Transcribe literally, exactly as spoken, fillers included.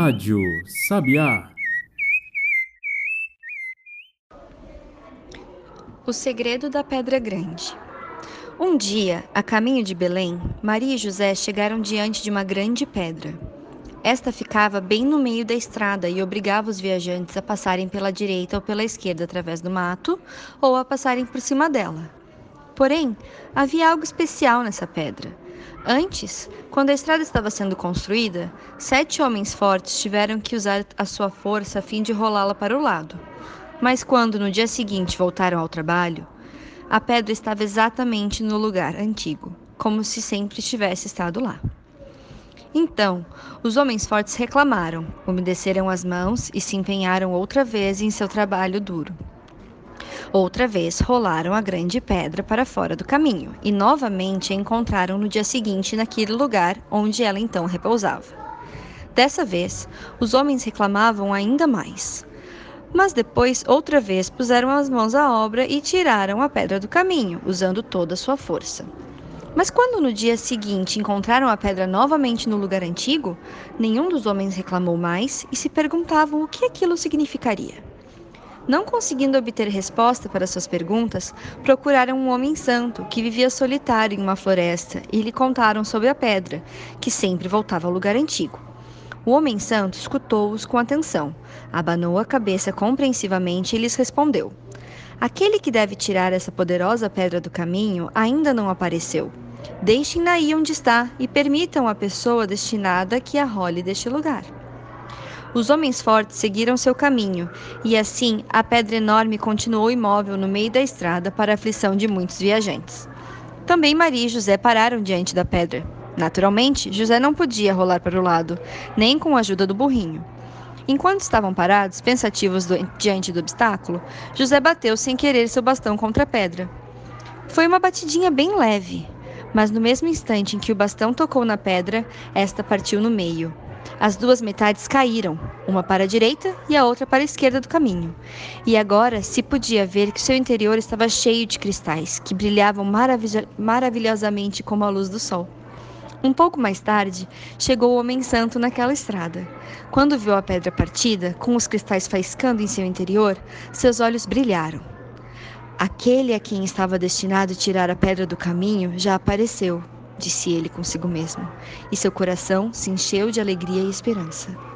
Rádio Sabiá. O segredo da Pedra Grande. Um dia, a caminho de Belém, Maria e José chegaram diante de uma grande pedra. Esta ficava bem no meio da estrada e obrigava os viajantes a passarem pela direita ou pela esquerda através do mato, ou a passarem por cima dela. Porém, havia algo especial nessa pedra. Antes, quando a estrada estava sendo construída, sete homens fortes tiveram que usar a sua força a fim de rolá-la para o lado. Mas quando no dia seguinte voltaram ao trabalho, a pedra estava exatamente no lugar antigo, como se sempre tivesse estado lá. Então, os homens fortes reclamaram, umedeceram as mãos e se empenharam outra vez em seu trabalho duro. Outra vez rolaram a grande pedra para fora do caminho e novamente a encontraram no dia seguinte naquele lugar onde ela então repousava. Dessa vez, os homens reclamavam ainda mais. Mas depois, outra vez, puseram as mãos à obra e tiraram a pedra do caminho, usando toda a sua força. Mas quando no dia seguinte encontraram a pedra novamente no lugar antigo, nenhum dos homens reclamou mais e se perguntavam o que aquilo significaria. Não conseguindo obter resposta para suas perguntas, procuraram um homem santo que vivia solitário em uma floresta e lhe contaram sobre a pedra, que sempre voltava ao lugar antigo. O homem santo escutou-os com atenção, abanou a cabeça compreensivamente e lhes respondeu: Aquele que deve tirar essa poderosa pedra do caminho ainda não apareceu. Deixem-na aí onde está e permitam a pessoa destinada que a role deste lugar. Os homens fortes seguiram seu caminho, e assim a pedra enorme continuou imóvel no meio da estrada para a aflição de muitos viajantes. Também Maria e José pararam diante da pedra. Naturalmente, José não podia rolar para o lado, nem com a ajuda do burrinho. Enquanto estavam parados, pensativos do, diante do obstáculo, José bateu sem querer seu bastão contra a pedra. Foi uma batidinha bem leve, mas no mesmo instante em que o bastão tocou na pedra, esta partiu no meio. As duas metades caíram, uma para a direita e a outra para a esquerda do caminho. E agora se podia ver que seu interior estava cheio de cristais, que brilhavam maravilha- maravilhosamente como a luz do sol. Um pouco mais tarde, chegou o homem santo naquela estrada. Quando viu a pedra partida, com os cristais faiscando em seu interior, seus olhos brilharam. Aquele a quem estava destinado tirar a pedra do caminho já apareceu, disse ele consigo mesmo, e seu coração se encheu de alegria e esperança.